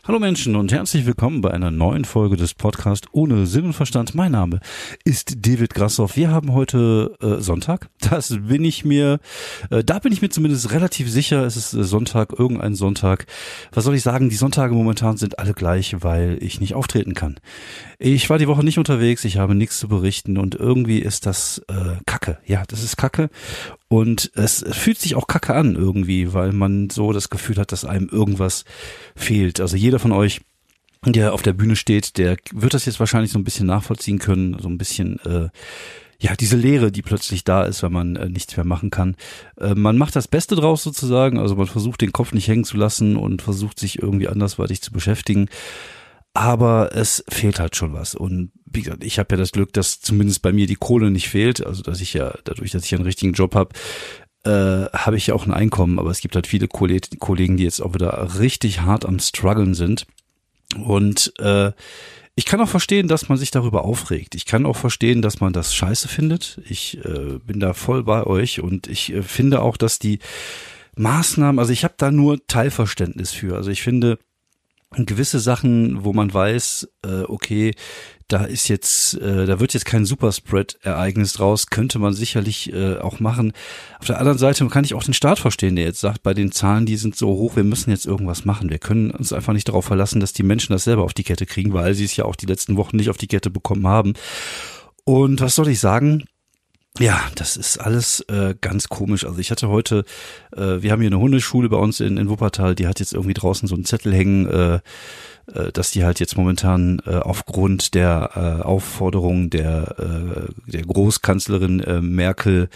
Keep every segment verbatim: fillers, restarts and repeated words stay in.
Hallo Menschen und herzlich willkommen bei einer neuen Folge des Podcasts Ohne Sinn und Verstand. Mein Name ist David Grassoff. Wir haben heute äh, Sonntag. Das bin ich mir, äh, da bin ich mir zumindest relativ sicher. Es ist äh, Sonntag, irgendein Sonntag. Was soll ich sagen? Die Sonntage momentan sind alle gleich, weil ich nicht auftreten kann. Ich war die Woche nicht unterwegs, ich habe nichts zu berichten und irgendwie ist das äh, Kacke. Ja, das ist Kacke. Und es fühlt sich auch kacke an irgendwie, weil man so das Gefühl hat, dass einem irgendwas fehlt. Also jeder von euch, der auf der Bühne steht, der wird das jetzt wahrscheinlich so ein bisschen nachvollziehen können, so ein bisschen, äh, ja, diese Leere, die plötzlich da ist, wenn man äh, nichts mehr machen kann. Äh, man macht das Beste draus sozusagen, also man versucht den Kopf nicht hängen zu lassen und versucht sich irgendwie andersweitig zu beschäftigen. Aber es fehlt halt schon was. Und wie gesagt, ich habe ja das Glück, dass zumindest bei mir die Kohle nicht fehlt. Also dass ich ja, dadurch, dass ich einen richtigen Job habe, äh, habe ich ja auch ein Einkommen. Aber es gibt halt viele Kollegen, die jetzt auch wieder richtig hart am Struggeln sind. Und äh, ich kann auch verstehen, dass man sich darüber aufregt. Ich kann auch verstehen, dass man das scheiße findet. Ich äh, bin da voll bei euch. Und ich äh, finde auch, dass die Maßnahmen, also ich habe da nur Teilverständnis für. Also ich finde, gewisse Sachen, wo man weiß, äh, okay, da ist jetzt, äh, da wird jetzt kein Superspread-Ereignis draus, könnte man sicherlich äh, auch machen. Auf der anderen Seite kann ich auch den Staat verstehen, der jetzt sagt, bei den Zahlen, die sind so hoch, wir müssen jetzt irgendwas machen. Wir können uns einfach nicht darauf verlassen, dass die Menschen das selber auf die Kette kriegen, weil sie es ja auch die letzten Wochen nicht auf die Kette bekommen haben. Und was soll ich sagen? Ja, das ist alles äh, ganz komisch. Also ich hatte heute, äh, wir haben hier eine Hundeschule bei uns in, in Wuppertal, die hat jetzt irgendwie draußen so einen Zettel hängen, äh, äh, dass die halt jetzt momentan äh, aufgrund der äh, Aufforderung der, äh, der Großkanzlerin äh, Merkel,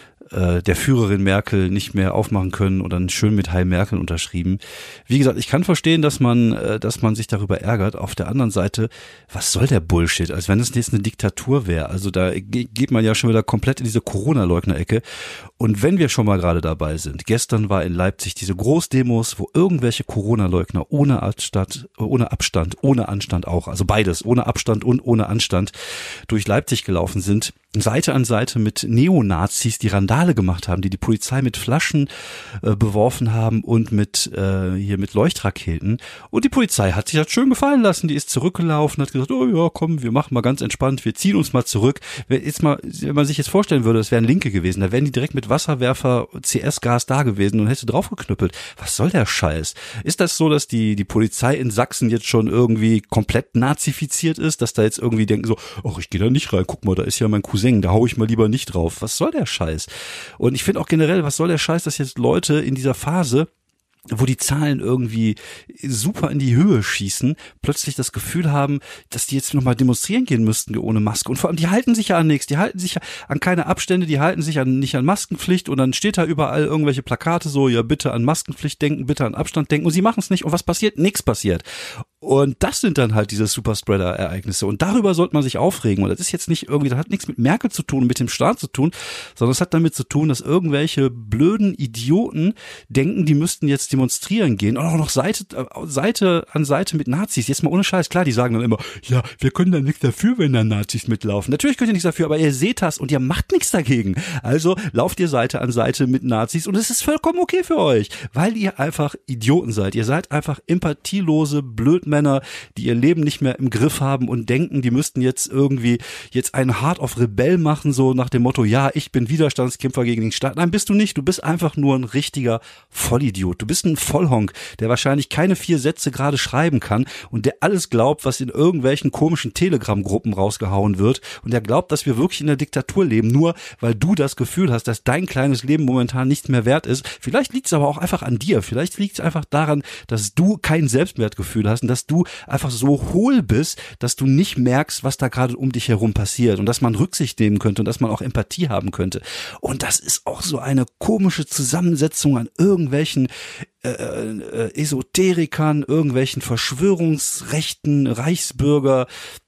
äh, der Führerin Merkel nicht mehr aufmachen können und dann schön mit Heil Merkel unterschrieben. Wie gesagt, ich kann verstehen, dass man, äh, dass man sich darüber ärgert. Auf der anderen Seite, was soll der Bullshit? Als wenn es jetzt eine Diktatur wäre. Also da ge- geht man ja schon wieder komplett in diese Corona-Leugner-Ecke. Und wenn wir schon mal gerade dabei sind, gestern war in Leipzig diese Großdemos, wo irgendwelche Corona-Leugner ohne Abstand, ohne Abstand, ohne Anstand auch, also beides, ohne Abstand und ohne Anstand durch Leipzig gelaufen sind, Seite an Seite mit Neonazis, die Randale gemacht haben, die die Polizei mit Flaschen äh, beworfen haben und mit äh, hier mit Leuchtraketen. Und die Polizei hat sich das schön gefallen lassen. Die ist zurückgelaufen, hat gesagt, oh ja, komm, wir machen mal ganz entspannt, wir ziehen uns mal zurück. Wenn, jetzt mal, wenn man sich jetzt vorstellen würde, es wären Linke gewesen, da wären die direkt mit Wasserwerfer, C S-Gas da gewesen und hätte draufgeknüppelt. Was soll der Scheiß? Ist das so, dass die die Polizei in Sachsen jetzt schon irgendwie komplett nazifiziert ist, dass da jetzt irgendwie denken so, ach, ich gehe da nicht rein, guck mal, da ist ja mein Cousin, da hau ich mal lieber nicht drauf. Was soll der Scheiß? Und ich finde auch generell, was soll der Scheiß, dass jetzt Leute in dieser Phase, wo die Zahlen irgendwie super in die Höhe schießen, plötzlich das Gefühl haben, dass die jetzt nochmal demonstrieren gehen müssten ohne Maske. Und vor allem, die halten sich ja an nichts, die halten sich ja an keine Abstände, die halten sich an nicht an Maskenpflicht und dann steht da überall irgendwelche Plakate so, ja bitte an Maskenpflicht denken, bitte an Abstand denken und sie machen es nicht. Und was passiert? Nichts passiert. Und das sind dann halt diese Superspreader-Ereignisse. Und darüber sollte man sich aufregen. Und das ist jetzt nicht irgendwie, das hat nichts mit Merkel zu tun, mit dem Staat zu tun, sondern es hat damit zu tun, dass irgendwelche blöden Idioten denken, die müssten jetzt demonstrieren gehen. Und auch noch Seite, Seite an Seite mit Nazis. Jetzt mal ohne Scheiß. Klar, die sagen dann immer, ja, wir können da nichts dafür, wenn da Nazis mitlaufen. Natürlich könnt ihr nichts dafür, aber ihr seht das und ihr macht nichts dagegen. Also lauft ihr Seite an Seite mit Nazis und es ist vollkommen okay für euch, weil ihr einfach Idioten seid. Ihr seid einfach empathielose Blödmänner, die ihr Leben nicht mehr im Griff haben und denken, die müssten jetzt irgendwie jetzt einen Heart of Rebell machen, so nach dem Motto, ja, ich bin Widerstandskämpfer gegen den Staat. Nein, bist du nicht. Du bist einfach nur ein richtiger Vollidiot. Du bist ein Vollhonk, der wahrscheinlich keine vier Sätze gerade schreiben kann und der alles glaubt, was in irgendwelchen komischen Telegram-Gruppen rausgehauen wird und der glaubt, dass wir wirklich in der Diktatur leben, nur weil du das Gefühl hast, dass dein kleines Leben momentan nichts mehr wert ist. Vielleicht liegt es aber auch einfach an dir. Vielleicht liegt es einfach daran, dass du kein Selbstwertgefühl hast und dass du einfach so hohl bist, dass du nicht merkst, was da gerade um dich herum passiert und dass man Rücksicht nehmen könnte und dass man auch Empathie haben könnte. Und das ist auch so eine komische Zusammensetzung an irgendwelchen äh, äh, Esoterikern, irgendwelchen Verschwörungsrechten, Reichsbürger,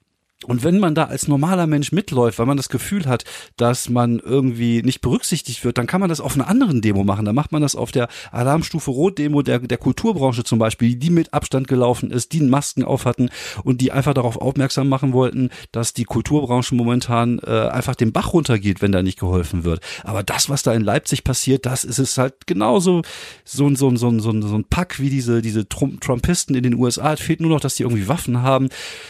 Und wenn man da als normaler Mensch mitläuft, weil man das Gefühl hat, dass man irgendwie nicht berücksichtigt wird, dann kann man das auf einer anderen Demo machen. Dann macht man das auf der Alarmstufe Rot-Demo der, der Kulturbranche zum Beispiel, die mit Abstand gelaufen ist, die Masken auf hatten und die einfach darauf aufmerksam machen wollten, dass die Kulturbranche momentan äh, einfach den Bach runtergeht, wenn da nicht geholfen wird. Aber das, was da in Leipzig passiert, das ist es halt genauso so ein so ein so ein so ein so ein Pack wie diese diese Trumpisten in den U S A. Es fehlt nur noch, dass die irgendwie Waffen haben.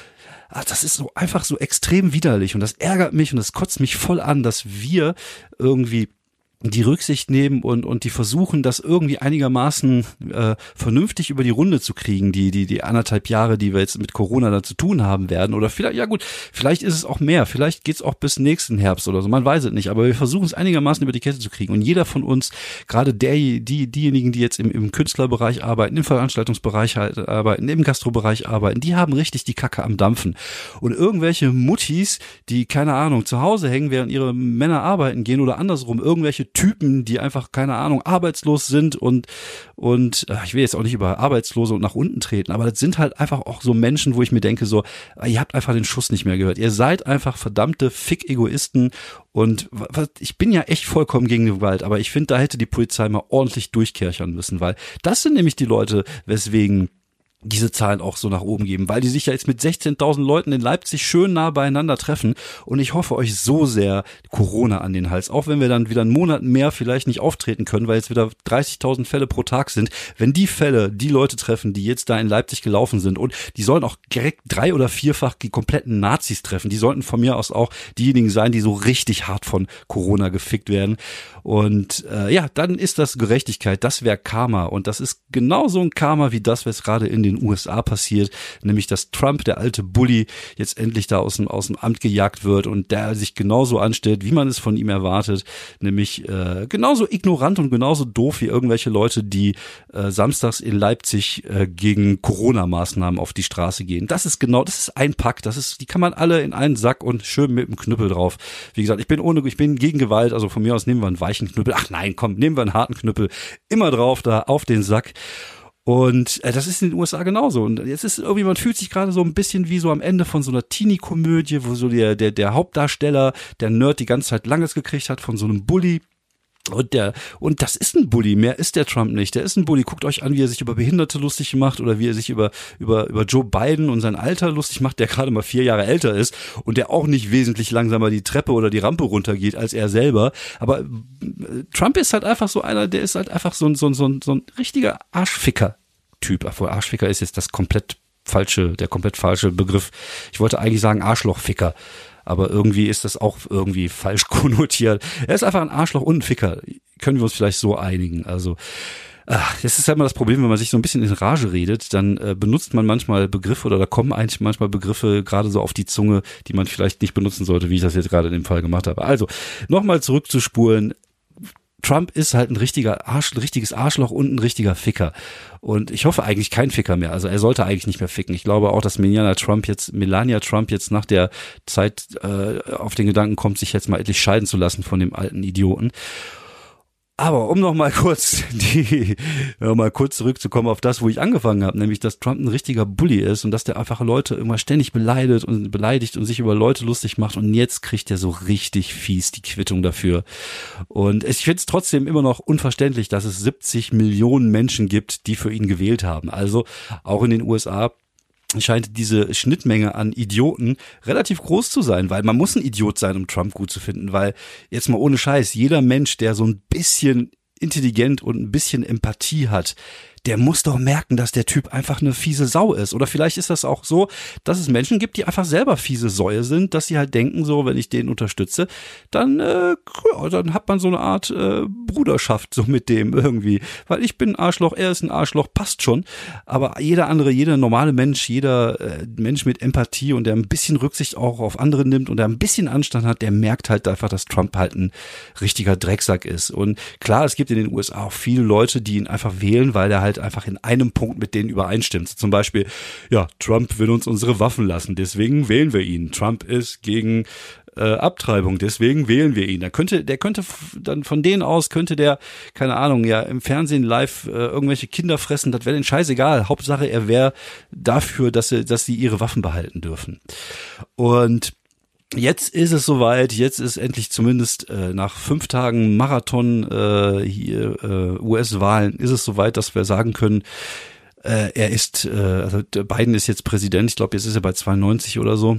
Das ist so einfach so extrem widerlich und das ärgert mich und das kotzt mich voll an, dass wir irgendwie die Rücksicht nehmen und und die versuchen, das irgendwie einigermaßen äh, vernünftig über die Runde zu kriegen, die die die anderthalb Jahre, die wir jetzt mit Corona da zu tun haben werden. Oder vielleicht, ja gut, vielleicht ist es auch mehr, vielleicht geht's auch bis nächsten Herbst oder so, man weiß es nicht, aber wir versuchen es einigermaßen über die Kette zu kriegen. Und jeder von uns, gerade der, die diejenigen, die jetzt im, im Künstlerbereich arbeiten, im Veranstaltungsbereich arbeiten, im Gastrobereich arbeiten, die haben richtig die Kacke am Dampfen. Und irgendwelche Muttis, die, keine Ahnung, zu Hause hängen, während ihre Männer arbeiten gehen oder andersrum, irgendwelche Typen, die einfach, keine Ahnung, arbeitslos sind und und ich will jetzt auch nicht über Arbeitslose und nach unten treten, aber das sind halt einfach auch so Menschen, wo ich mir denke so, ihr habt einfach den Schuss nicht mehr gehört. Ihr seid einfach verdammte Fick-Egoisten und ich bin ja echt vollkommen gegen Gewalt, aber ich finde, da hätte die Polizei mal ordentlich durchkerchern müssen, weil das sind nämlich die Leute, weswegen diese Zahlen auch so nach oben geben, weil die sich ja jetzt mit sechzehntausend Leuten in Leipzig schön nah beieinander treffen und ich hoffe euch so sehr Corona an den Hals, auch wenn wir dann wieder einen Monat mehr vielleicht nicht auftreten können, weil jetzt wieder dreißigtausend Fälle pro Tag sind, wenn die Fälle die Leute treffen, die jetzt da in Leipzig gelaufen sind und die sollen auch direkt drei- oder vierfach die kompletten Nazis treffen, die sollten von mir aus auch diejenigen sein, die so richtig hart von Corona gefickt werden und äh, ja, dann ist das Gerechtigkeit, das wäre Karma und das ist genauso ein Karma wie das, was gerade in den U S A passiert, nämlich dass Trump, der alte Bully, jetzt endlich da aus dem, aus dem Amt gejagt wird und der sich genauso anstellt, wie man es von ihm erwartet, nämlich äh, genauso ignorant und genauso doof wie irgendwelche Leute, die äh, samstags in Leipzig äh, gegen Corona-Maßnahmen auf die Straße gehen. Das ist genau, das ist ein Pack, das ist, die kann man alle in einen Sack und schön mit dem Knüppel drauf. Wie gesagt, ich bin ohne, ich bin gegen Gewalt, also von mir aus nehmen wir einen weichen Knüppel. Ach nein, komm, nehmen wir einen harten Knüppel. Immer drauf da auf den Sack. Und äh, das ist in den U S A genauso. Und jetzt ist irgendwie, man fühlt sich gerade so ein bisschen wie so am Ende von so einer Teenie-Komödie, wo so der, der, der Hauptdarsteller, der Nerd die ganze Zeit Langes gekriegt hat von so einem Bully. Und der, und das ist ein Bully, mehr ist der Trump nicht. Der ist ein Bully. Guckt euch an, wie er sich über Behinderte lustig macht oder wie er sich über, über, über Joe Biden und sein Alter lustig macht, der gerade mal vier Jahre älter ist und der auch nicht wesentlich langsamer die Treppe oder die Rampe runtergeht als er selber. Aber äh, Trump ist halt einfach so einer, der ist halt einfach so ein, so ein, so ein, so ein richtiger Arschficker-Typ. Obwohl Arschficker ist jetzt das komplett falsche, der komplett falsche Begriff. Ich wollte eigentlich sagen Arschlochficker. Aber irgendwie ist das auch irgendwie falsch konnotiert. Er ist einfach ein Arschloch und ein Ficker. Können wir uns vielleicht so einigen. Also, ach, das ist halt immer das Problem, wenn man sich so ein bisschen in Rage redet, dann äh, benutzt man manchmal Begriffe oder da kommen eigentlich manchmal Begriffe gerade so auf die Zunge, die man vielleicht nicht benutzen sollte, wie ich das jetzt gerade in dem Fall gemacht habe. Also, nochmal zurückzuspulen. Trump ist halt ein richtiger Arsch, ein richtiges Arschloch und ein richtiger Ficker. Und ich hoffe eigentlich kein Ficker mehr. Also er sollte eigentlich nicht mehr ficken. Ich glaube auch, dass Melania Trump jetzt, Melania Trump jetzt nach der Zeit äh, auf den Gedanken kommt, sich jetzt mal endlich scheiden zu lassen von dem alten Idioten. Aber um noch mal kurz die, noch mal kurz zurückzukommen auf das, wo ich angefangen habe, nämlich, dass Trump ein richtiger Bully ist und dass der einfach Leute immer ständig beleidigt und beleidigt und sich über Leute lustig macht und jetzt kriegt er so richtig fies die Quittung dafür. Und ich finde es trotzdem immer noch unverständlich, dass es siebzig Millionen Menschen gibt, die für ihn gewählt haben. Also auch in den U S A scheint diese Schnittmenge an Idioten relativ groß zu sein, weil man muss ein Idiot sein, um Trump gut zu finden, weil jetzt mal ohne Scheiß, jeder Mensch, der so ein bisschen intelligent und ein bisschen Empathie hat, der muss doch merken, dass der Typ einfach eine fiese Sau ist. Oder vielleicht ist das auch so, dass es Menschen gibt, die einfach selber fiese Säue sind, dass sie halt denken, so, wenn ich den unterstütze, dann, äh, dann hat man so eine Art äh, Bruderschaft so mit dem irgendwie. Weil ich bin ein Arschloch, er ist ein Arschloch, passt schon. Aber jeder andere, jeder normale Mensch, jeder äh, Mensch mit Empathie und der ein bisschen Rücksicht auch auf andere nimmt und der ein bisschen Anstand hat, der merkt halt einfach, dass Trump halt ein richtiger Drecksack ist. Und klar, es gibt in den U S A auch viele Leute, die ihn einfach wählen, weil er halt einfach in einem Punkt mit denen übereinstimmt. Zum Beispiel, ja, Trump will uns unsere Waffen lassen, deswegen wählen wir ihn. Trump ist gegen äh, Abtreibung. Deswegen wählen wir ihn. Da könnte, der könnte f- dann von denen aus könnte der, keine Ahnung, ja im Fernsehen live äh, irgendwelche Kinder fressen. Das wäre denen scheißegal. Hauptsache, er wäre dafür, dass sie, dass sie ihre Waffen behalten dürfen. Und jetzt ist es soweit, jetzt ist endlich zumindest äh, nach fünf Tagen Marathon äh, hier, äh, U S-Wahlen ist es soweit, dass wir sagen können, äh, er ist, äh, also Biden ist jetzt Präsident, ich glaube, jetzt ist er bei zweiundneunzig oder so.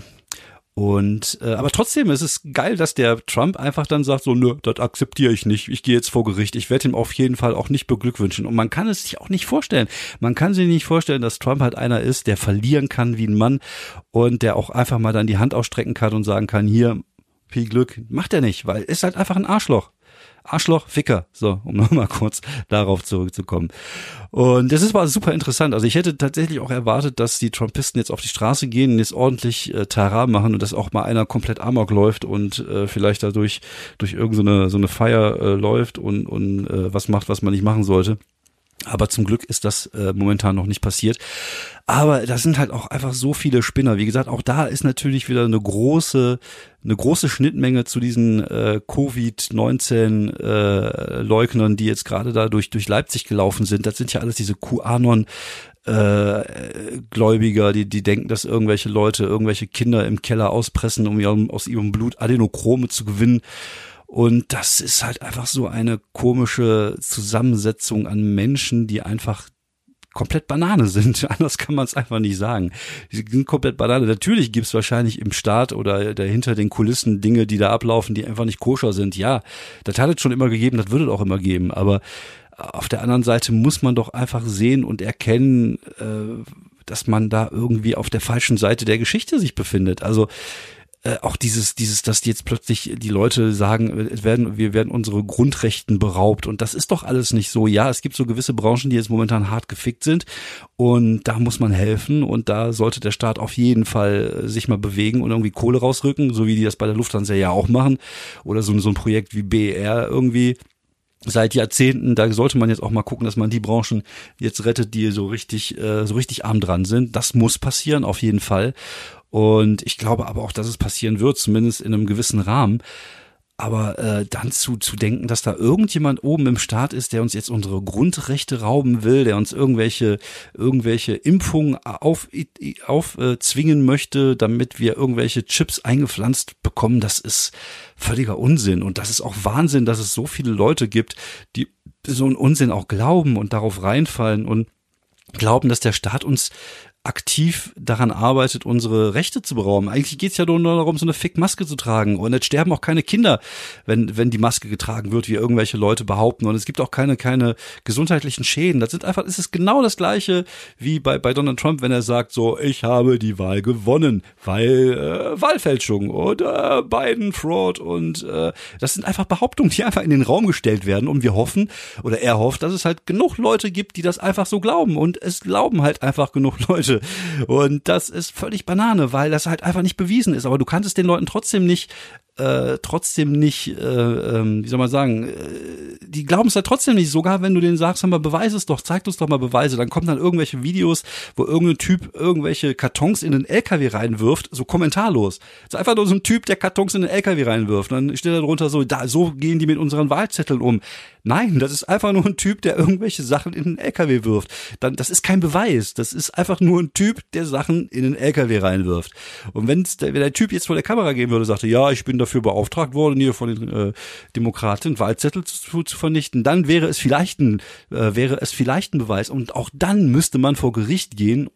Und äh, aber trotzdem ist es geil, dass der Trump einfach dann sagt, so, nö, das akzeptiere ich nicht, ich gehe jetzt vor Gericht, ich werde ihm auf jeden Fall auch nicht beglückwünschen. Und man kann es sich auch nicht vorstellen. Man kann sich nicht vorstellen, dass Trump halt einer ist, der verlieren kann wie ein Mann und der auch einfach mal dann die Hand ausstrecken kann und sagen kann, hier, viel Glück. Macht er nicht, weil er ist halt einfach ein Arschloch. Arschloch, Ficker, so, um nochmal kurz darauf zurückzukommen. Und das ist aber super interessant. Also ich hätte tatsächlich auch erwartet, dass die Trumpisten jetzt auf die Straße gehen und jetzt ordentlich äh, Tara machen und dass auch mal einer komplett Amok läuft und äh, vielleicht dadurch durch irgendeine so eine Feier äh, läuft und, und äh, was macht, was man nicht machen sollte. Aber zum Glück ist das äh, momentan noch nicht passiert. Aber das sind halt auch einfach so viele Spinner. Wie gesagt, auch da ist natürlich wieder eine große, eine große Schnittmenge zu diesen äh, Covid neunzehn äh, Leugnern, die jetzt gerade da durch, durch Leipzig gelaufen sind. Das sind ja alles diese QAnon äh, Gläubiger, die, die denken, dass irgendwelche Leute, irgendwelche Kinder im Keller auspressen, um ihrem, aus ihrem Blut Adenochrome zu gewinnen. Und das ist halt einfach so eine komische Zusammensetzung an Menschen, die einfach komplett Banane sind. Anders kann man es einfach nicht sagen. Die sind komplett Banane. Natürlich gibt es wahrscheinlich im Staat oder dahinter den Kulissen Dinge, die da ablaufen, die einfach nicht koscher sind. Ja, das hat es schon immer gegeben, das würde es auch immer geben. Aber auf der anderen Seite muss man doch einfach sehen und erkennen, äh, dass man da irgendwie auf der falschen Seite der Geschichte sich befindet. Also Äh, auch dieses, dieses, dass die jetzt plötzlich die Leute sagen, es werden, wir werden unsere Grundrechten beraubt und das ist doch alles nicht so. Ja, es gibt so gewisse Branchen, die jetzt momentan hart gefickt sind und da muss man helfen und da sollte der Staat auf jeden Fall sich mal bewegen und irgendwie Kohle rausrücken, so wie die das bei der Lufthansa ja auch machen oder so, so ein Projekt wie B E R irgendwie. Seit Jahrzehnten, da sollte man jetzt auch mal gucken, dass man die Branchen jetzt rettet, die so richtig, äh, so richtig arm dran sind. Das muss passieren, auf jeden Fall. Und ich glaube aber auch, dass es passieren wird, zumindest in einem gewissen Rahmen. Aber äh, dann zu zu denken, dass da irgendjemand oben im Staat ist, der uns jetzt unsere Grundrechte rauben will, der uns irgendwelche irgendwelche Impfungen auf auf äh, zwingen möchte, damit wir irgendwelche Chips eingepflanzt bekommen, das ist völliger Unsinn. Und das ist auch Wahnsinn, dass es so viele Leute gibt, die so einen Unsinn auch glauben und darauf reinfallen und glauben, dass der Staat uns aktiv daran arbeitet, unsere Rechte zu berauben. Eigentlich geht's ja nur darum, so eine Fick-Maske zu tragen. Und jetzt sterben auch keine Kinder, wenn wenn die Maske getragen wird, wie irgendwelche Leute behaupten. Und es gibt auch keine keine gesundheitlichen Schäden. Das sind einfach, es ist genau das Gleiche wie bei bei Donald Trump, wenn er sagt so, ich habe die Wahl gewonnen, weil äh, Wahlfälschung oder Biden Fraud und äh, das sind einfach Behauptungen, die einfach in den Raum gestellt werden. Und wir hoffen oder er hofft, dass es halt genug Leute gibt, die das einfach so glauben. Und es glauben halt einfach genug Leute. Und das ist völlig Banane, weil das halt einfach nicht bewiesen ist. Aber du kannst es den Leuten trotzdem nicht, äh, trotzdem nicht, äh, ähm, wie soll man sagen, äh, die glauben es halt trotzdem nicht. Sogar wenn du denen sagst, sag mal, beweise es doch, zeig uns doch mal Beweise. Dann kommen dann irgendwelche Videos, wo irgendein Typ irgendwelche Kartons in den L K W reinwirft, so kommentarlos. Es ist einfach nur so ein Typ, der Kartons in den L K W reinwirft. Und dann steht da drunter so, da, so gehen die mit unseren Wahlzetteln um. Nein, das ist einfach nur ein Typ, der irgendwelche Sachen in den L K W wirft. Dann, das ist kein Beweis. Das ist einfach nur ein Typ, der Sachen in den L K W reinwirft. Und wenn's der, wenn der Typ jetzt vor der Kamera gehen würde, sagte, ja, ich bin dafür beauftragt worden, hier von den äh, Demokraten Wahlzettel zu, zu vernichten, dann wäre es vielleicht ein, äh, wäre es vielleicht ein Beweis. Und auch dann müsste man vor Gericht gehen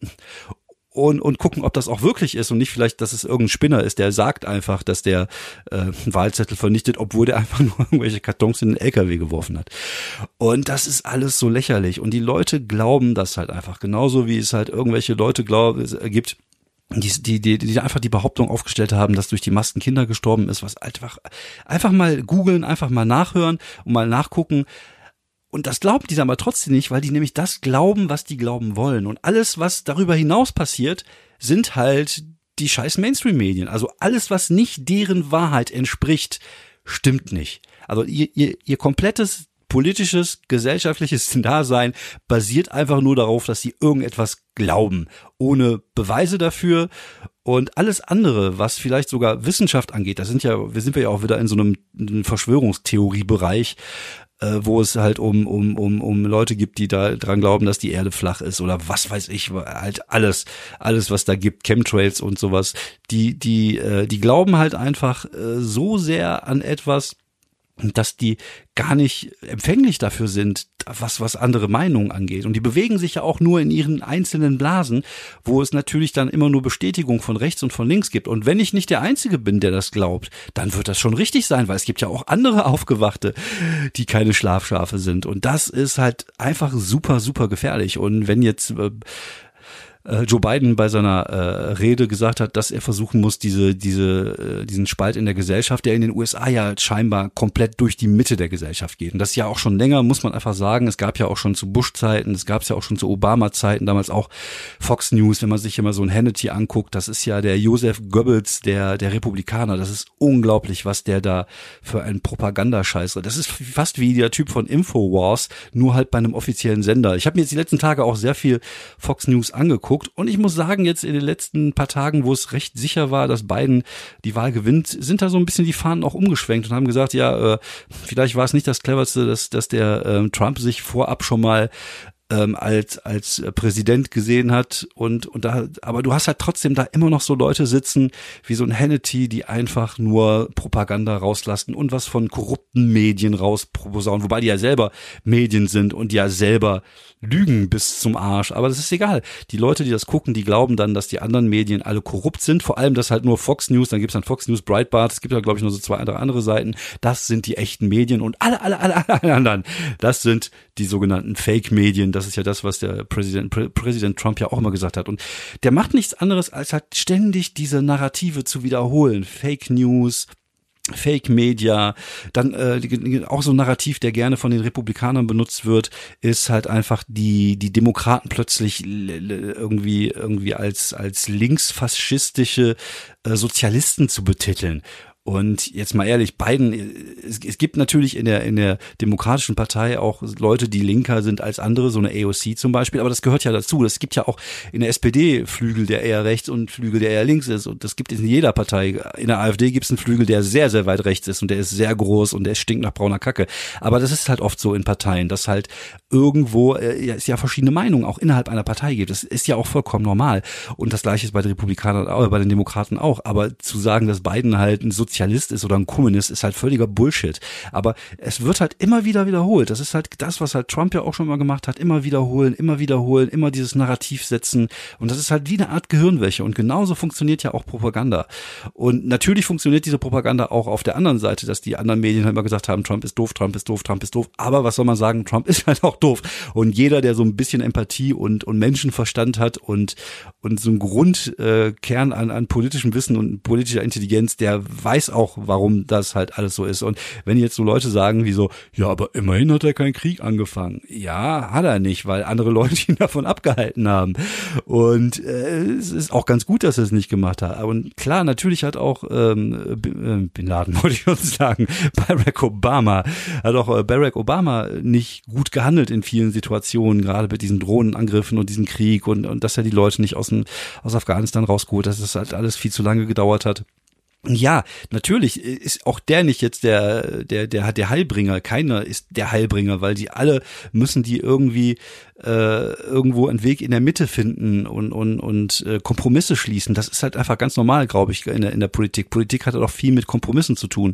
und und gucken, ob das auch wirklich ist und nicht vielleicht, dass es irgendein Spinner ist, der sagt einfach, dass der äh, Wahlzettel vernichtet, obwohl der einfach nur irgendwelche Kartons in den L K W geworfen hat. Und das ist alles so lächerlich und die Leute glauben das halt einfach, genauso wie es halt irgendwelche Leute glauben, es gibt, die, die, die, die einfach die Behauptung aufgestellt haben, dass durch die Masken Kinder gestorben ist, was einfach, einfach mal googeln, einfach mal nachhören und mal nachgucken. Und das glauben die dann aber trotzdem nicht, weil die nämlich das glauben, was die glauben wollen. Und alles, was darüber hinaus passiert, sind halt die scheiß Mainstream-Medien. Also alles, was nicht deren Wahrheit entspricht, stimmt nicht. Also ihr, ihr, ihr komplettes politisches, gesellschaftliches Dasein basiert einfach nur darauf, dass sie irgendetwas glauben, ohne Beweise dafür Und alles andere, was vielleicht sogar Wissenschaft angeht, da sind ja, wir sind wir ja auch wieder in so einem, einem Verschwörungstheoriebereich, äh, wo es halt um um um um Leute gibt, die da dran glauben, dass die Erde flach ist oder was weiß ich, halt alles, alles was da gibt, Chemtrails und sowas. Die die äh, die glauben halt einfach äh, so sehr an etwas, dass die gar nicht empfänglich dafür sind, was was andere Meinungen angeht. Und die bewegen sich ja auch nur in ihren einzelnen Blasen, wo es natürlich dann immer nur Bestätigung von rechts und von links gibt. Und wenn ich nicht der Einzige bin, der das glaubt, dann wird das schon richtig sein, weil es gibt ja auch andere Aufgewachte, die keine Schlafschafe sind. Und das ist halt einfach super, super gefährlich. Und wenn jetzt äh, Joe Biden bei seiner äh, Rede gesagt hat, dass er versuchen muss, diese diese äh, diesen Spalt in der Gesellschaft, der in den U S A ja scheinbar komplett durch die Mitte der Gesellschaft geht. Und das ist ja auch schon länger, muss man einfach sagen. Es gab ja auch schon zu Bush-Zeiten, es gab es ja auch schon zu Obama-Zeiten, damals auch Fox News, wenn man sich immer so ein Hannity anguckt, das ist ja der Joseph Goebbels der der Republikaner. Das ist unglaublich, was der da für einen Propagandascheiß. Das ist fast wie der Typ von Infowars, nur halt bei einem offiziellen Sender. Ich habe mir jetzt die letzten Tage auch sehr viel Fox News angeguckt. Und ich muss sagen, jetzt in den letzten paar Tagen, wo es recht sicher war, dass Biden die Wahl gewinnt, sind da so ein bisschen die Fahnen auch umgeschwenkt und haben gesagt, ja, äh, vielleicht war es nicht das Cleverste, dass, dass der äh, Trump sich vorab schon mal ähm, als als Präsident gesehen hat und und da, aber du hast halt trotzdem da immer noch so Leute sitzen wie so ein Hannity, die einfach nur Propaganda rauslassen und was von korrupten Medien rausposaunen, wobei die ja selber Medien sind und die ja selber lügen bis zum Arsch, aber das ist egal. Die Leute, die das gucken, die glauben dann, dass die anderen Medien alle korrupt sind, vor allem das halt nur Fox News, dann gibt's dann Fox News, Breitbart, es gibt ja glaube ich nur so zwei andere andere Seiten, das sind die echten Medien und alle, alle, alle, alle anderen, das sind die sogenannten Fake-Medien, das ist ja das, was der Präsident, Prä- Präsident Trump ja auch immer gesagt hat und der macht nichts anderes, als halt ständig diese Narrative zu wiederholen, Fake News, Fake Media, dann äh, auch so ein Narrativ, der gerne von den Republikanern benutzt wird, ist halt einfach die die Demokraten plötzlich irgendwie irgendwie als als linksfaschistische äh, Sozialisten zu betiteln. Und jetzt mal ehrlich, Biden, es, es gibt natürlich in der in der Demokratischen Partei auch Leute, die linker sind als andere, so eine A O C zum Beispiel, aber das gehört ja dazu. Es gibt ja auch in der S P D Flügel, der eher rechts und Flügel, der eher links ist. Und das gibt es in jeder Partei. In der AfD gibt es einen Flügel, der sehr, sehr weit rechts ist und der ist sehr groß und der stinkt nach brauner Kacke. Aber das ist halt oft so in Parteien, dass halt irgendwo äh, ja, es ja verschiedene Meinungen auch innerhalb einer Partei gibt. Das ist ja auch vollkommen normal. Und das Gleiche ist bei den Republikanern, äh, bei den Demokraten auch. Aber zu sagen, dass Biden halt ein Sozialist ist oder ein Kommunist, ist halt völliger Bullshit. Aber es wird halt immer wieder wiederholt. Das ist halt das, was halt Trump ja auch schon mal gemacht hat. Immer wiederholen, immer wiederholen, immer dieses Narrativ setzen. Und das ist halt wie eine Art Gehirnwäsche. Und genauso funktioniert ja auch Propaganda. Und natürlich funktioniert diese Propaganda auch auf der anderen Seite, dass die anderen Medien halt immer gesagt haben, Trump ist doof, Trump ist doof, Trump ist doof. Aber was soll man sagen? Trump ist halt auch doof. Und jeder, der so ein bisschen Empathie und, und Menschenverstand hat und, und so einen Grundkern äh, an, an politischem Wissen und politischer Intelligenz, der weiß auch, warum das halt alles so ist. Und wenn jetzt so Leute sagen wie so, ja, aber immerhin hat er keinen Krieg angefangen. Ja, hat er nicht, weil andere Leute ihn davon abgehalten haben. Und äh, es ist auch ganz gut, dass er es nicht gemacht hat. Und klar, natürlich hat auch ähm, Bin Laden, wollte ich uns sagen, Barack Obama, hat auch äh, Barack Obama nicht gut gehandelt in vielen Situationen, gerade mit diesen Drohnenangriffen und diesem Krieg und, und dass er die Leute nicht aus, dem, aus Afghanistan rausgeholt, dass das halt alles viel zu lange gedauert hat. Ja, natürlich ist auch der nicht jetzt der, der, der, der Heilbringer. Keiner ist der Heilbringer, weil die alle müssen die irgendwie äh, irgendwo einen Weg in der Mitte finden und und und äh, Kompromisse schließen. Das ist halt einfach ganz normal, glaube ich, in der in der Politik. Politik hat halt auch viel mit Kompromissen zu tun.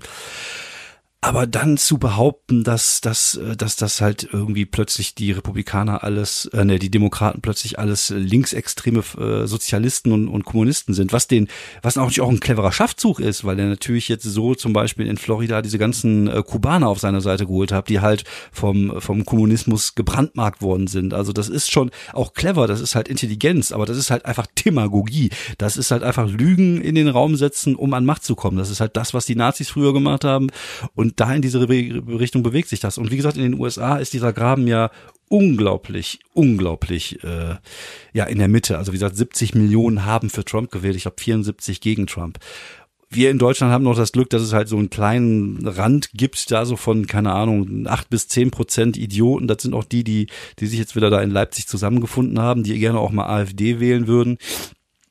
Aber dann zu behaupten, dass dass dass das halt irgendwie plötzlich die Republikaner alles, äh, ne, die Demokraten plötzlich alles linksextreme äh, Sozialisten und, und Kommunisten sind, was den, was natürlich auch ein cleverer Schachzug ist, weil er natürlich jetzt so zum Beispiel in Florida diese ganzen äh, Kubaner auf seiner Seite geholt hat, die halt vom vom Kommunismus gebrandmarkt worden sind. Also das ist schon auch clever, das ist halt Intelligenz, aber das ist halt einfach Demagogie. Das ist halt einfach Lügen in den Raum setzen, um an Macht zu kommen. Das ist halt das, was die Nazis früher gemacht haben. Und da in diese Richtung bewegt sich das. Und wie gesagt, in den U S A ist dieser Graben ja unglaublich, unglaublich äh, ja in der Mitte. Also wie gesagt, siebzig Millionen haben für Trump gewählt. Ich glaube vierundsiebzig gegen Trump. Wir in Deutschland haben noch das Glück, dass es halt so einen kleinen Rand gibt, da so von, keine Ahnung, acht bis zehn Prozent Idioten. Das sind auch die, die die sich jetzt wieder da in Leipzig zusammengefunden haben, die gerne auch mal AfD wählen würden.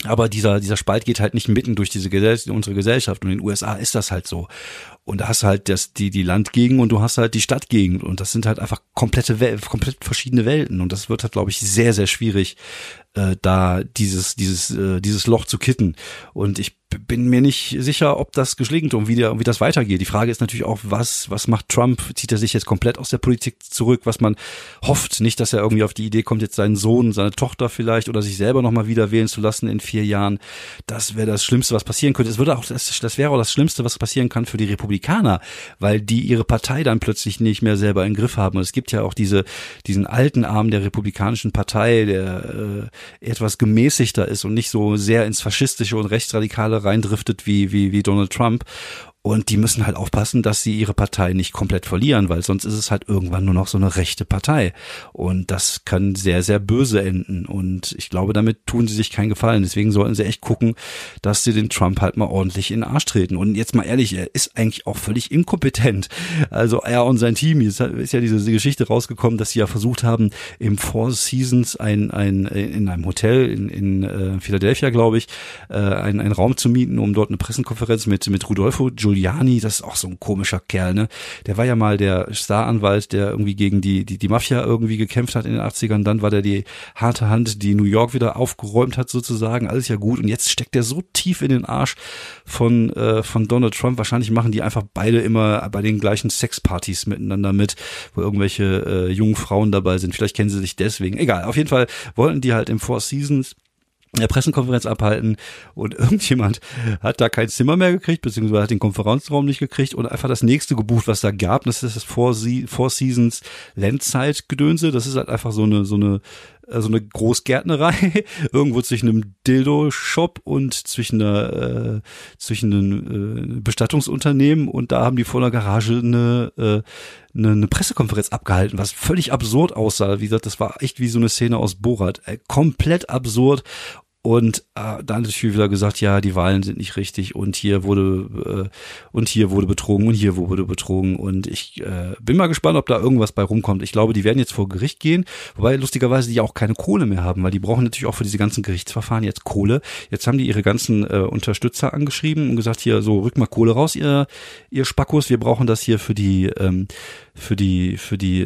Aber dieser, dieser Spalt geht halt nicht mitten durch diese Gesellschaft, unsere Gesellschaft. Und in den U S A ist das halt so. Und da hast du halt das, die, die Landgegend und du hast halt die Stadtgegend. Und das sind halt einfach komplette, Wel- komplett verschiedene Welten. Und das wird halt, glaube ich, sehr, sehr schwierig, äh, da dieses, dieses, äh, dieses Loch zu kitten. Und ich bin mir nicht sicher, ob das gelingt und wie, der, wie das weitergeht. Die Frage ist natürlich auch, was, was macht Trump? Zieht er sich jetzt komplett aus der Politik zurück, was man hofft? Nicht, dass er irgendwie auf die Idee kommt, jetzt seinen Sohn, seine Tochter vielleicht oder sich selber nochmal wieder wählen zu lassen in vier Jahren. Das wäre das Schlimmste, was passieren könnte. Es würde auch, das, das wäre auch das Schlimmste, was passieren kann für die Republikaner, weil die ihre Partei dann plötzlich nicht mehr selber in den Griff haben. Und es gibt ja auch diese, diesen alten Arm der Republikanischen Partei, der äh, etwas gemäßigter ist und nicht so sehr ins Faschistische und Rechtsradikale reindriftet wie, wie, wie Donald Trump. Und die müssen halt aufpassen, dass sie ihre Partei nicht komplett verlieren, weil sonst ist es halt irgendwann nur noch so eine rechte Partei. Und das kann sehr, sehr böse enden. Und ich glaube, damit tun sie sich keinen Gefallen. Deswegen sollten sie echt gucken, dass sie den Trump halt mal ordentlich in den Arsch treten. Und jetzt mal ehrlich, er ist eigentlich auch völlig inkompetent. Also er und sein Team, jetzt ist ja diese Geschichte rausgekommen, dass sie ja versucht haben, im Four Seasons ein, ein, in einem Hotel in, in äh, Philadelphia, glaube ich, äh, einen, einen Raum zu mieten, um dort eine Pressekonferenz mit, mit Rodolfo Giuliani, das ist auch so ein komischer Kerl, ne? Der war ja mal der Staranwalt, der irgendwie gegen die, die, die Mafia irgendwie gekämpft hat in den achtzigern. Dann war der die harte Hand, die New York wieder aufgeräumt hat sozusagen. Alles ja gut. Und jetzt steckt der so tief in den Arsch von, äh, von Donald Trump. Wahrscheinlich machen die einfach beide immer bei den gleichen Sexpartys miteinander mit, wo irgendwelche äh, jungen Frauen dabei sind. Vielleicht kennen sie sich deswegen. Egal. Auf jeden Fall wollten die halt im Four Seasons eine Pressekonferenz abhalten und irgendjemand hat da kein Zimmer mehr gekriegt, beziehungsweise hat den Konferenzraum nicht gekriegt und einfach das nächste gebucht, was da gab. Das ist das Four, Se- Four Seasons Landzeit-Gedönse. Das ist halt einfach so eine, so eine, so eine Großgärtnerei, irgendwo zwischen einem Dildo-Shop und zwischen einer, äh, zwischen einem äh, Bestattungsunternehmen, und da haben die vor der Garage eine, äh, eine, eine Pressekonferenz abgehalten, was völlig absurd aussah. Wie gesagt, das war echt wie so eine Szene aus Borat. Äh, komplett absurd. Und äh, dann hat natürlich wieder gesagt, ja, die Wahlen sind nicht richtig und hier wurde äh, und hier wurde betrogen und hier wurde betrogen, und ich äh, bin mal gespannt, ob da irgendwas bei rumkommt. Ich glaube, die werden jetzt vor Gericht gehen, wobei lustigerweise die ja auch keine Kohle mehr haben, weil die brauchen natürlich auch für diese ganzen Gerichtsverfahren jetzt Kohle. Jetzt haben die ihre ganzen äh, Unterstützer angeschrieben und gesagt, hier, so, rückt mal Kohle raus, ihr ihr Spackos, wir brauchen das hier für die ähm, für die für die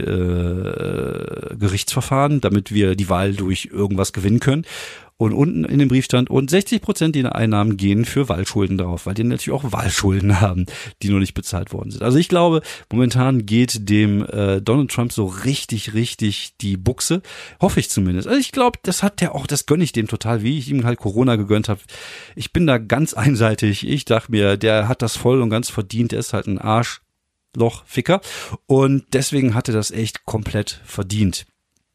äh, Gerichtsverfahren, damit wir die Wahl durch irgendwas gewinnen können. Und unten in dem Brief stand, und sechzig Prozent der Einnahmen gehen für Wahlschulden drauf, weil die natürlich auch Wahlschulden haben, die noch nicht bezahlt worden sind. Also ich glaube, momentan geht dem äh, Donald Trump so richtig, richtig die Buchse. Hoffe ich zumindest. Also ich glaube, das hat der auch, das gönne ich dem total, wie ich ihm halt Corona gegönnt habe. Ich bin da ganz einseitig. Ich dachte mir, der hat das voll und ganz verdient. Der ist halt ein Arschlochficker. Und deswegen hat er das echt komplett verdient.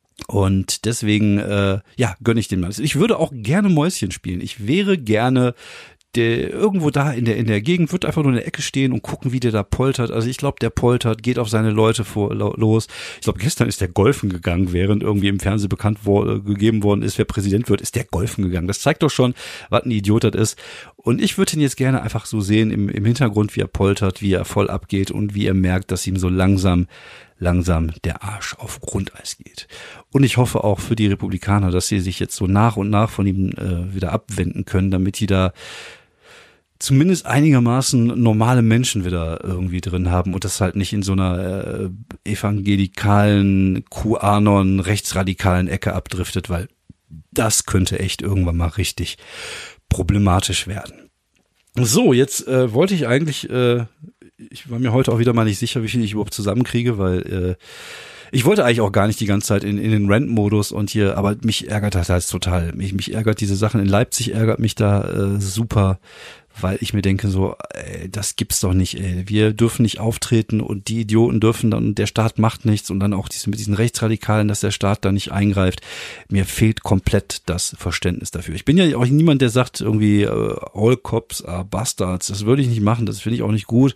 Und deswegen, äh, ja, gönne ich dem mal. Ich würde auch gerne Mäuschen spielen. Ich wäre gerne der irgendwo da in der in der Gegend, wird einfach nur in der Ecke stehen und gucken, wie der da poltert. Also ich glaube, der poltert, geht auf seine Leute vor, los. Ich glaube, gestern ist der golfen gegangen, während irgendwie im Fernsehen bekannt wo, äh, gegeben worden ist, wer Präsident wird, ist der golfen gegangen. Das zeigt doch schon, was ein Idiot das ist. Und ich würde ihn jetzt gerne einfach so sehen im, im Hintergrund, wie er poltert, wie er voll abgeht und wie er merkt, dass ihm so langsam langsam der Arsch auf Grundeis geht. Und ich hoffe auch für die Republikaner, dass sie sich jetzt so nach und nach von ihm äh, wieder abwenden können, damit die da zumindest einigermaßen normale Menschen wieder irgendwie drin haben und das halt nicht in so einer äh, evangelikalen, QAnon, rechtsradikalen Ecke abdriftet, weil das könnte echt irgendwann mal richtig problematisch werden. So, jetzt äh, wollte ich eigentlich, äh, ich war mir heute auch wieder mal nicht sicher, wie viel ich überhaupt zusammenkriege, weil äh, ich wollte eigentlich auch gar nicht die ganze Zeit in, in den Rant-Modus und hier, aber mich ärgert das halt total. Mich, mich ärgert diese Sachen in Leipzig, ärgert mich da äh, super, weil ich mir denke so, ey, das gibt's doch nicht, ey. Wir dürfen nicht auftreten und die Idioten dürfen dann, der Staat macht nichts, und dann auch diese, mit diesen Rechtsradikalen, dass der Staat da nicht eingreift. Mir fehlt komplett das Verständnis dafür. Ich bin ja auch niemand, der sagt irgendwie, uh, all cops are bastards. Das würde ich nicht machen, das finde ich auch nicht gut.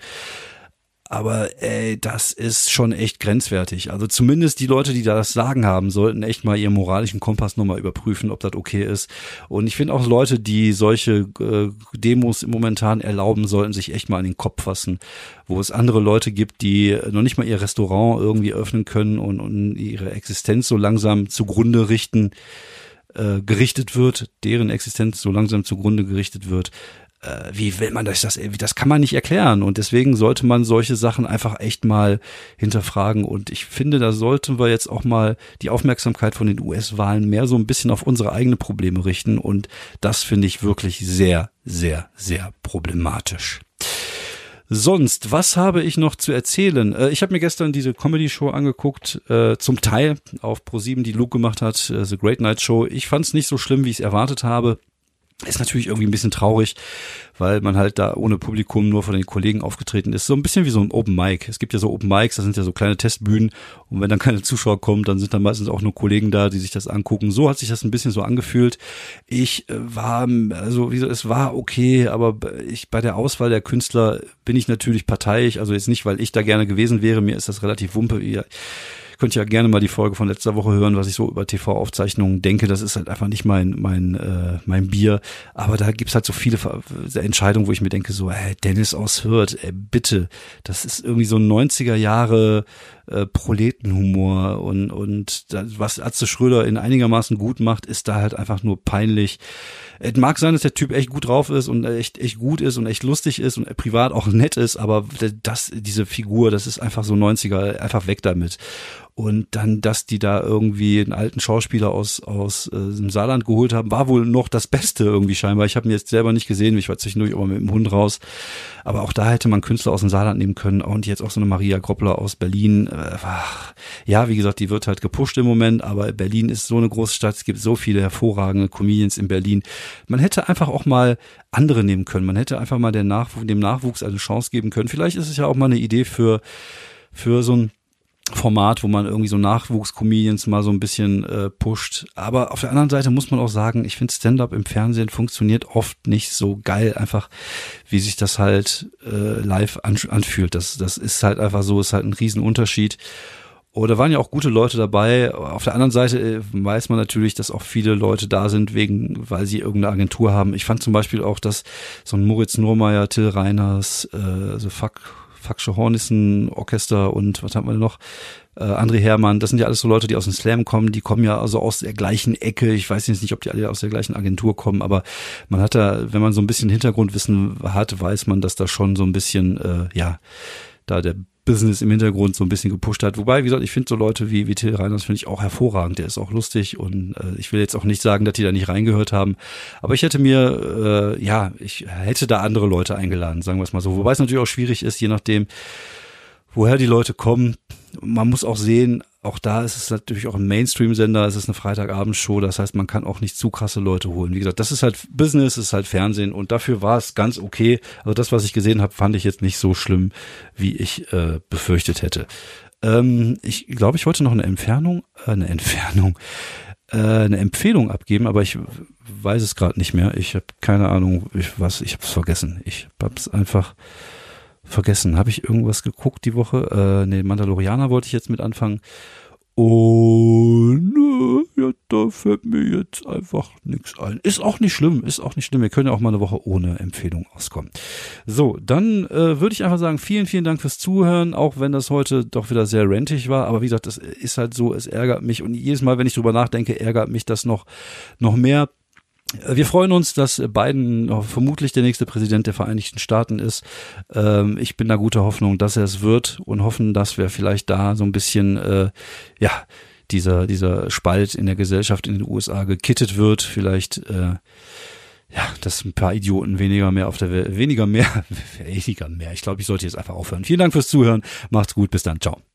Aber ey, das ist schon echt grenzwertig. Also zumindest die Leute, die da das Sagen haben, sollten echt mal ihren moralischen Kompass nochmal überprüfen, ob das okay ist. Und ich finde auch Leute, die solche äh, Demos momentan erlauben, sollten sich echt mal an den Kopf fassen, wo es andere Leute gibt, die noch nicht mal ihr Restaurant irgendwie öffnen können und, und ihre Existenz so langsam zugrunde richten. äh, gerichtet wird, deren Existenz so langsam zugrunde gerichtet wird. Äh, wie will man das, das, das kann man nicht erklären und deswegen sollte man solche Sachen einfach echt mal hinterfragen und ich finde, da sollten wir jetzt auch mal die Aufmerksamkeit von den U S-Wahlen mehr so ein bisschen auf unsere eigenen Probleme richten und das finde ich wirklich sehr, sehr, sehr problematisch. Sonst, was habe ich noch zu erzählen? Äh, ich habe mir gestern diese Comedy-Show angeguckt, äh, zum Teil auf ProSieben, die Luke gemacht hat, äh, The Great Night Show. Ich fand es nicht so schlimm, wie ich es erwartet habe. Ist natürlich irgendwie ein bisschen traurig, weil man halt da ohne Publikum nur von den Kollegen aufgetreten ist. So ein bisschen wie so ein Open Mic. Es gibt ja so Open Mics, das sind ja so kleine Testbühnen und wenn dann keine Zuschauer kommen, dann sind dann meistens auch nur Kollegen da, die sich das angucken. So hat sich das ein bisschen so angefühlt. Ich äh, war, also wie gesagt, es war okay, aber ich bei der Auswahl der Künstler bin ich natürlich parteiisch. Also jetzt nicht, weil ich da gerne gewesen wäre, mir ist das relativ wumpe. Ihr könnt ja gerne mal die Folge von letzter Woche hören, was ich so über T V-Aufzeichnungen denke. Das ist halt einfach nicht mein mein äh, mein Bier. Aber da gibt's halt so viele Entscheidungen, wo ich mir denke, so, hey, Dennis aus Hürth, ey, bitte. Das ist irgendwie so ein neunziger Jahre äh, Proletenhumor und und das, was Atze Schröder in einigermaßen gut macht, ist da halt einfach nur peinlich. Es mag sein, dass der Typ echt gut drauf ist und echt echt gut ist und echt lustig ist und privat auch nett ist, aber das diese Figur, das ist einfach so neunziger, einfach weg damit. Und dann, dass die da irgendwie einen alten Schauspieler aus aus äh, dem Saarland geholt haben, war wohl noch das Beste irgendwie scheinbar. Ich habe ihn jetzt selber nicht gesehen, ich war zwischendurch aber mit dem Hund raus. Aber auch da hätte man Künstler aus dem Saarland nehmen können und jetzt auch so eine Maria Groppler aus Berlin. Äh, ja, wie gesagt, die wird halt gepusht im Moment, aber Berlin ist so eine große Stadt, es gibt so viele hervorragende Comedians in Berlin. Man hätte einfach auch mal andere nehmen können. Man hätte einfach mal den Nachw- dem Nachwuchs eine Chance geben können. Vielleicht ist es ja auch mal eine Idee für für so ein Format, wo man irgendwie so Nachwuchs-Comedians mal so ein bisschen äh, pusht. Aber auf der anderen Seite muss man auch sagen, ich finde Stand-up im Fernsehen funktioniert oft nicht so geil, einfach wie sich das halt äh, live an, anfühlt. Das, das ist halt einfach so, ist halt ein Riesenunterschied. Oder waren ja auch gute Leute dabei. Auf der anderen Seite äh, weiß man natürlich, dass auch viele Leute da sind, wegen, weil sie irgendeine Agentur haben. Ich fand zum Beispiel auch, dass so ein Moritz Nurmeier, Till Reiners, äh, so Fuck, Facksche Hornissen Orchester und was haben wir denn noch? Äh, André Hermann, das sind ja alles so Leute, die aus dem Slam kommen, die kommen ja also aus der gleichen Ecke. Ich weiß jetzt nicht, ob die alle aus der gleichen Agentur kommen, aber man hat da, wenn man so ein bisschen Hintergrundwissen hat, weiß man, dass da schon so ein bisschen, äh, ja, da der Business im Hintergrund so ein bisschen gepusht hat. Wobei, wie gesagt, ich finde so Leute wie, wie Till Reiners finde ich auch hervorragend. Der ist auch lustig und äh, ich will jetzt auch nicht sagen, dass die da nicht reingehört haben. Aber ich hätte mir, äh, ja, ich hätte da andere Leute eingeladen, sagen wir es mal so. Wobei es natürlich auch schwierig ist, je nachdem, woher die Leute kommen. Man muss auch sehen, auch da ist es natürlich auch ein Mainstream-Sender, es ist eine Freitagabendshow, das heißt, man kann auch nicht zu krasse Leute holen. Wie gesagt, das ist halt Business, es ist halt Fernsehen und dafür war es ganz okay. Also das, was ich gesehen habe, fand ich jetzt nicht so schlimm, wie ich äh, befürchtet hätte. Ähm, ich glaube, ich wollte noch eine Entfernung, äh, eine Entfernung, äh, eine Empfehlung abgeben, aber ich weiß es gerade nicht mehr. Ich habe keine Ahnung, ich, was, ich habe es vergessen. Ich habe es einfach vergessen. Habe ich irgendwas geguckt die Woche? Äh, nee, Mandalorianer wollte ich jetzt mit anfangen. Und äh, ja, da fällt mir jetzt einfach nichts ein. Ist auch nicht schlimm, ist auch nicht schlimm. Wir können ja auch mal eine Woche ohne Empfehlung auskommen. So, dann äh, würde ich einfach sagen, vielen, vielen Dank fürs Zuhören, auch wenn das heute doch wieder sehr rantig war. Aber wie gesagt, das ist halt so, es ärgert mich. Und jedes Mal, wenn ich drüber nachdenke, ärgert mich das noch, noch mehr. Wir freuen uns, dass Biden vermutlich der nächste Präsident der Vereinigten Staaten ist. Ähm, ich bin da guter Hoffnung, dass er es wird und hoffen, dass wir vielleicht da so ein bisschen, äh, ja, dieser, dieser Spalt in der Gesellschaft in den U S A gekittet wird. Vielleicht, äh, ja, dass ein paar Idioten weniger mehr auf der Welt, weniger mehr, weniger mehr. Ich glaube, ich sollte jetzt einfach aufhören. Vielen Dank fürs Zuhören. Macht's gut. Bis dann. Ciao.